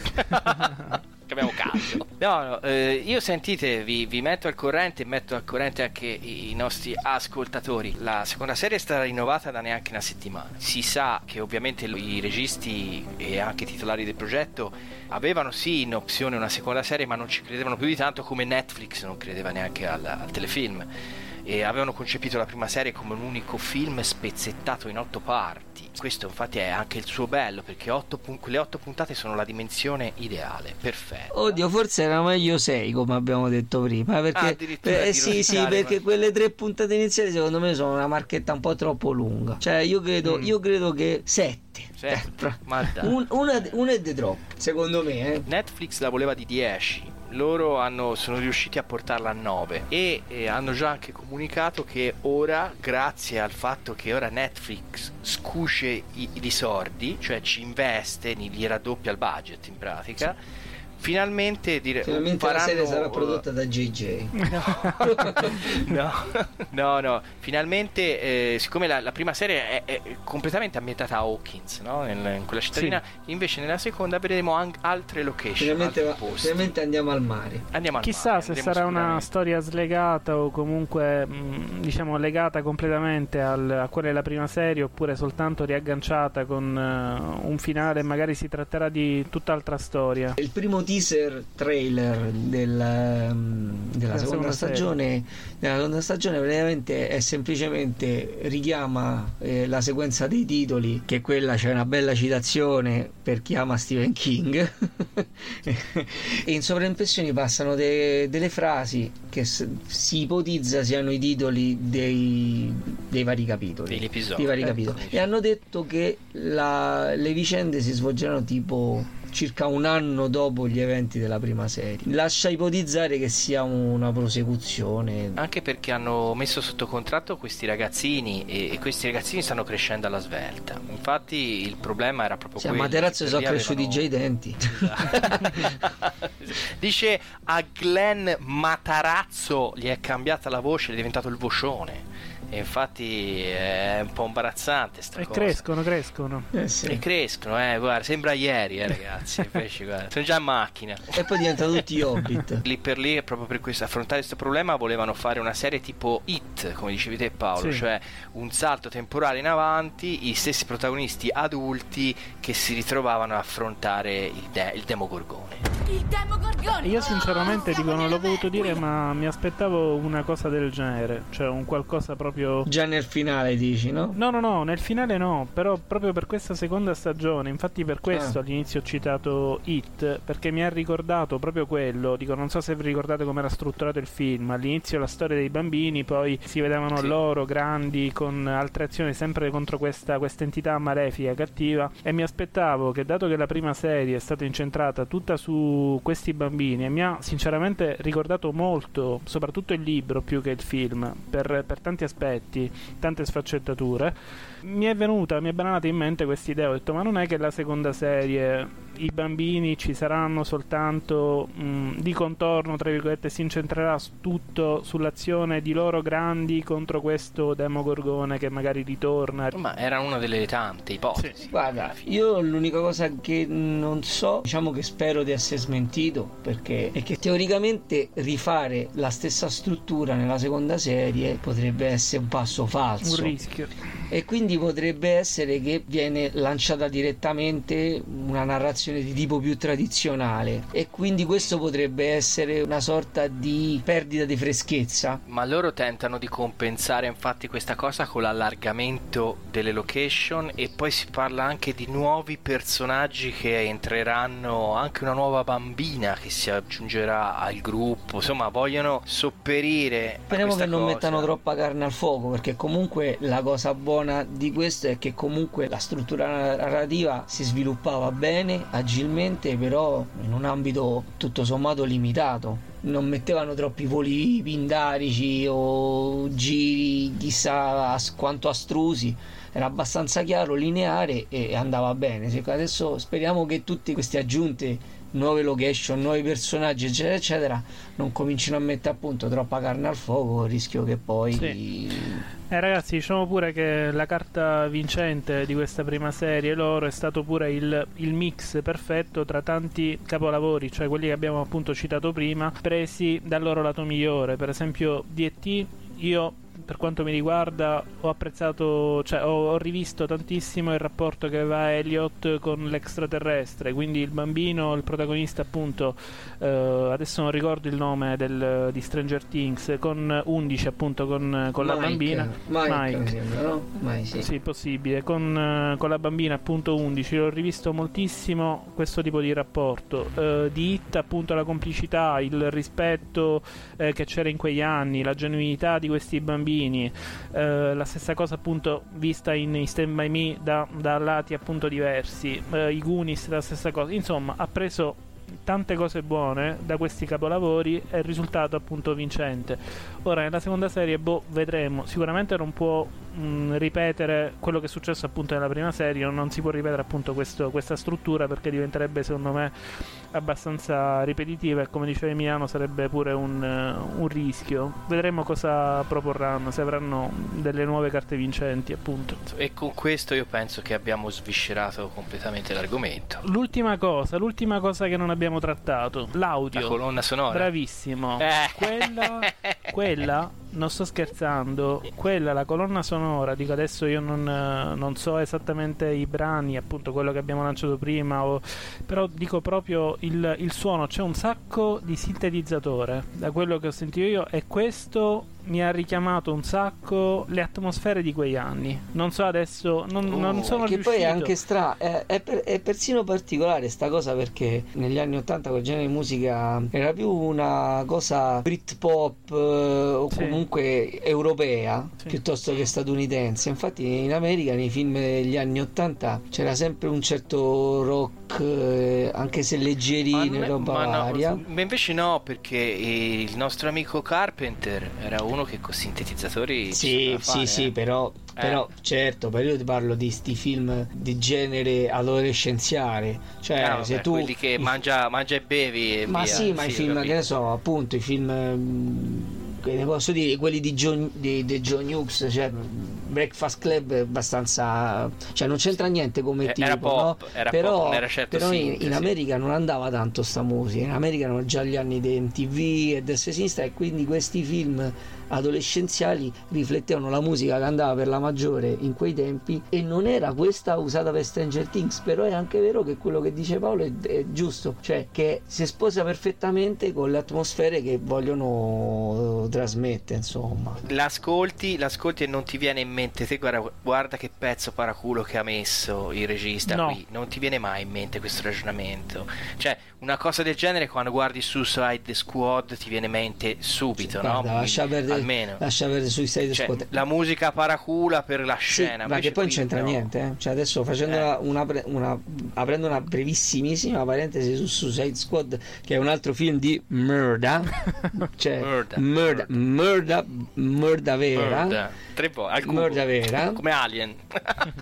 andate. Che abbiamo caldo. No, no eh, io sentite, vi, vi metto al corrente, metto al corrente anche i nostri ascoltatori. La seconda serie è stata rinnovata da neanche una settimana. Si sa che ovviamente i registi e anche i titolari del progetto avevano sì in opzione una seconda serie, ma non ci credevano più di tanto, come Netflix non credeva neanche al, al telefilm, e avevano concepito la prima serie come un unico film spezzettato in otto parti. Questo infatti è anche il suo bello, perché otto pun- quelle otto puntate sono la dimensione ideale, perfetta. Oddio, forse era meglio sei, come abbiamo detto prima, perché ah, eh, sì, sì, perché ma... quelle tre puntate iniziali secondo me sono una marchetta un po' troppo lunga. Cioè io credo, mm. io credo che sette. Certo, ma dai. Un, una, una è di troppo, secondo me. Eh. Netflix la voleva di dieci. Loro hanno, sono riusciti a portarla a nove e, e hanno già anche comunicato che ora, grazie al fatto che ora Netflix scusce i, i sordi, cioè ci investe, gli raddoppia il budget in pratica, finalmente, dire, finalmente faranno... la serie sarà prodotta da J J. No, no, no. Finalmente, eh, siccome la, la prima serie è, è completamente ambientata a Hawkins, no? Nel, in quella cittadina, sì. Invece nella seconda vedremo anche altre location. Finalmente, va, finalmente andiamo al mare. Andiamo al Chissà mare, se sarà una storia slegata o comunque mh, diciamo legata completamente al, a quella della prima serie, oppure soltanto riagganciata con uh, un finale. Magari si tratterà di tutt'altra storia. Il primo teaser trailer del, um, della la seconda stagione della seconda stagione praticamente è semplicemente richiama eh, la sequenza dei titoli, che quella c'è una bella citazione per chi ama Stephen King e in sovraimpressioni passano de, delle frasi che s- si ipotizza siano i titoli dei, dei vari capitoli, degli episodi, dei vari ecco. capitoli. E hanno detto che la, le vicende si svolgeranno tipo circa un anno dopo gli eventi della prima serie. Lascia ipotizzare che sia una prosecuzione, anche perché hanno messo sotto contratto questi ragazzini e, e questi ragazzini stanno crescendo alla svelta. Infatti il problema era proprio sì, quello. A Materazzo sono cresciuti avevano... già i denti. Dice a Glenn Matarazzo gli è cambiata la voce, è diventato il vocione. E infatti è un po' imbarazzante sta e cosa. crescono, crescono eh sì. E crescono, eh, guarda, sembra ieri, eh, ragazzi. Invece, guarda, sono già in macchina. E poi diventano tutti Hobbit. Lì per lì, proprio per questo, affrontare questo problema, volevano fare una serie tipo It, come dicevi te Paolo, sì. Cioè un salto temporale in avanti, i stessi protagonisti adulti che si ritrovavano a affrontare il, de- il Demogorgone. Il Demogorgone! Io sinceramente dico, non l'ho voluto dire, ma mi aspettavo una cosa del genere, cioè un qualcosa proprio già nel finale, dici, no? No, no, no, nel finale no, però proprio per questa seconda stagione, infatti per questo ah. all'inizio ho citato It, perché mi ha ricordato proprio quello, dico, non so se vi ricordate come era strutturato il film, all'inizio la storia dei bambini, poi si vedevano sì. loro grandi con altre azioni sempre contro questa entità malefica, cattiva, e mi aspettavo che, dato che la prima serie è stata incentrata tutta su questi bambini e mi ha sinceramente ricordato molto, soprattutto il libro più che il film, per, per tanti aspetti, tante sfaccettature, mi è venuta, mi è banata in mente questa idea. Ho detto, ma non è che la seconda serie i bambini ci saranno soltanto mh, di contorno, tra virgolette, si incentrerà tutto sull'azione di loro grandi contro questo Demogorgone che magari ritorna. Ma era una delle tante ipotesi. Sì. Guarda, io l'unica cosa che non so, diciamo che spero di essere smentito, perché è che teoricamente rifare la stessa struttura nella seconda serie potrebbe essere un passo falso, un rischio, e quindi potrebbe essere che viene lanciata direttamente una narrazione di tipo più tradizionale, e quindi questo potrebbe essere una sorta di perdita di freschezza. Ma loro tentano di compensare infatti questa cosa con l'allargamento delle location, e poi si parla anche di nuovi personaggi che entreranno, anche una nuova bambina che si aggiungerà al gruppo. Insomma, vogliono sopperire. Speriamo che non cosa. mettano troppa carne al fuoco, perché comunque la cosa buona di questo è che comunque la struttura narrativa si sviluppava bene, agilmente, però in un ambito tutto sommato limitato. Non mettevano troppi voli pindarici o giri chissà quanto astrusi, era abbastanza chiaro, lineare, e andava bene. Adesso speriamo che tutte queste aggiunte, nuove location, nuovi personaggi eccetera eccetera, non comincino a mettere appunto troppa carne al fuoco, il rischio che poi sì. Eh ragazzi, diciamo pure che la carta vincente di questa prima serie loro è stato pure il, il mix perfetto tra tanti capolavori, cioè quelli che abbiamo appunto citato prima, presi dal loro lato migliore. Per esempio D e T, io per quanto mi riguarda ho apprezzato, cioè ho, ho rivisto tantissimo il rapporto che aveva Elliot con l'extraterrestre, quindi il bambino, il protagonista appunto, eh, adesso non ricordo il nome del, di Stranger Things, con undici appunto, con, con Mike, la bambina Mike, Mike. mi sembra, no? Mike, sì. Sì, possibile, con, con la bambina appunto undici, l'ho rivisto moltissimo questo tipo di rapporto, eh, di It appunto, la complicità, il rispetto eh, che c'era in quegli anni, la genuinità di questi bambini. Eh, la stessa cosa appunto vista in, in Stand By Me da, da lati appunto diversi, eh, i Goonies la stessa cosa, insomma ha preso tante cose buone da questi capolavori e il risultato appunto vincente. Ora nella seconda serie boh, vedremo, sicuramente non può mh, ripetere quello che è successo appunto nella prima serie, non si può ripetere appunto questo, questa struttura, perché diventerebbe secondo me abbastanza ripetitiva, e come diceva Emiliano sarebbe pure un, uh, un rischio. Vedremo cosa proporranno, se avranno delle nuove carte vincenti appunto. E con questo io penso che abbiamo sviscerato completamente l'argomento. L'ultima cosa, l'ultima cosa che non abbiamo trattato, l'audio, la colonna sonora. Bravissimo. eh. quella quella non sto scherzando, quella, la colonna sonora, dico adesso io non, non so esattamente i brani, appunto quello che abbiamo lanciato prima, o, però dico proprio il, il suono, c'è un sacco di sintetizzatore da quello che ho sentito io, e questo mi ha richiamato un sacco le atmosfere di quegli anni. Non so adesso, non, oh, non sono che riuscito. poi è anche stra è, è, per, è persino particolare sta cosa, perché negli anni ottanta quel genere di musica era più una cosa Britpop, eh, o sì. comunque europea, sì. piuttosto che statunitense. Infatti in America nei film degli anni ottanta c'era sempre un certo rock, eh, anche se leggerino, roba ma varia. No, ma invece no, perché il nostro amico Carpenter era uno che con sintetizzatori sì sì fare, sì eh. però, eh. però certo, però io ti parlo di sti film di genere adolescenziale, cioè ah, vabbè, se tu quelli che mangia, mangia e bevi e ma via. sì, ma sì, i film che ne so, appunto i film, che ne posso dire, quelli di John, di, di John Hughes, cioè Breakfast Club è abbastanza, cioè non c'entra niente come era tipo, pop, no? era però, pop, non era certo però in, sintesi. in America non andava tanto sta musica, in America erano già gli anni di M T V e destra e sinistra, e quindi questi film adolescenziali riflettevano la musica che andava per la maggiore in quei tempi, e non era questa usata per Stranger Things. Però è anche vero che quello che dice Paolo è, è giusto, cioè che si sposa perfettamente con le atmosfere che vogliono trasmettere, insomma. L'ascolti, l'ascolti e non ti viene in mente, te guarda, guarda che pezzo paraculo che ha messo il regista no. qui, non ti viene mai in mente questo ragionamento, cioè una cosa del genere quando guardi Suicide Squad ti viene in mente subito, Guarda, no? lascia perdere, almeno lascia perdere Suicide cioè, Squad, la musica paracula per la scena, sì, ma che poi non c'entra no. niente, eh? Cioè adesso facendo eh. una, una, una aprendo una brevissimissima parentesi su Suicide Squad, che è un altro film di merda, cioè merda merda merda, merda vera, merda. Tre volte merda vera, come Alien.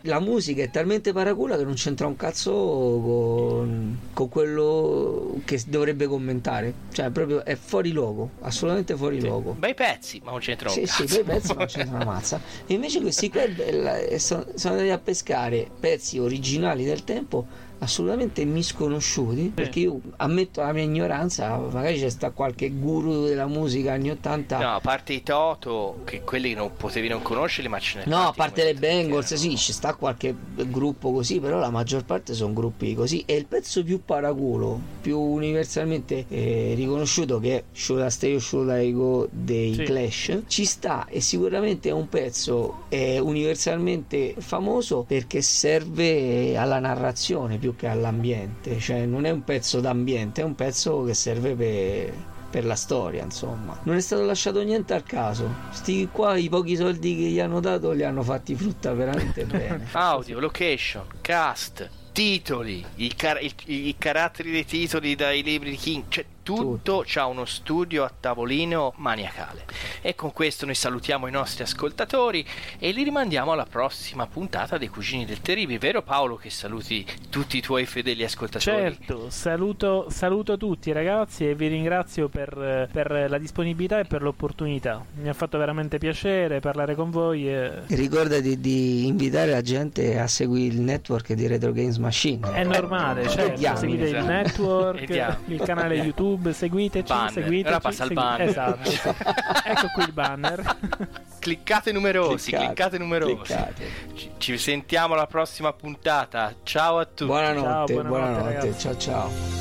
la musica è talmente paracula che non c'entra un cazzo con, con quello che dovrebbe commentare, cioè proprio è fuori luogo, assolutamente fuori sì. luogo. Bei pezzi, ma non c'entra un sì, cazzo. Sì, bei pezzi, ma non c'entra una mazza. E invece questi qua sono, sono andati a pescare pezzi originali del tempo assolutamente misconosciuti, perché io ammetto la mia ignoranza, magari c'è sta qualche guru della musica anni ottanta. No, a parte i Toto, che quelli non potevi non conoscerli, ma ce ne no, a parte le Bengals, sì, ci sta qualche gruppo così, però la maggior parte sono gruppi così. E il pezzo più paraculo, più universalmente eh, riconosciuto, che è Should I Stay or Should I Go dei sì. Clash, ci sta, e sicuramente è un pezzo eh, universalmente famoso perché serve alla narrazione più che all'ambiente, cioè non è un pezzo d'ambiente, è un pezzo che serve per, per la storia, insomma. Non è stato lasciato niente al caso. Sti qua, i pochi soldi che gli hanno dato li hanno fatti frutta veramente bene. Audio, location, cast, titoli, i, car- i, i caratteri dei titoli dai libri di King, cioè tutto c'ha uno studio a tavolino maniacale. E con questo noi salutiamo i nostri ascoltatori e li rimandiamo alla prossima puntata dei Cugini del Terribile, vero Paolo, che saluti tutti i tuoi fedeli ascoltatori? Certo, saluto, saluto tutti ragazzi e vi ringrazio per, per la disponibilità e per l'opportunità, mi ha fatto veramente piacere parlare con voi e... Ricordati di invitare la gente a seguire il network di Retro Games Machine. È normale, certo, seguite il network, il canale YouTube, seguiteci, banner. seguiteci. Ora passa il segui- banner. Esatto, sì. Ecco qui il banner. Cliccate numerosi, cliccate, cliccate numerosi. Cliccate. Ci, ci sentiamo alla prossima puntata. Ciao a tutti. Buonanotte, ciao, buonanotte, buonanotte ciao ciao.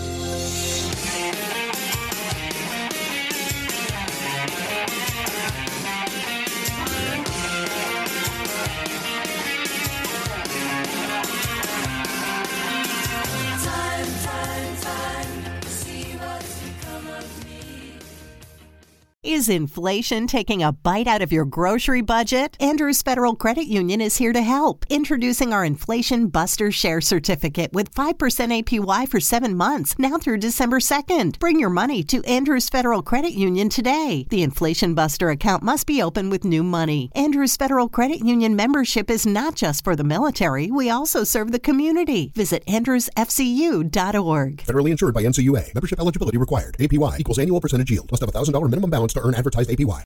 Is inflation taking a bite out of your grocery budget? Andrews Federal Credit Union is here to help. Introducing our Inflation Buster Share Certificate with five percent A P Y for seven months, now through December second. Bring your money to Andrews Federal Credit Union today. The Inflation Buster account must be open with new money. Andrews Federal Credit Union membership is not just for the military. We also serve the community. Visit andrews f c u dot org. Federally insured by N C U A. Membership eligibility required. A P Y equals annual percentage yield. Must have a one thousand dollars minimum balance to earn advertised A P Y.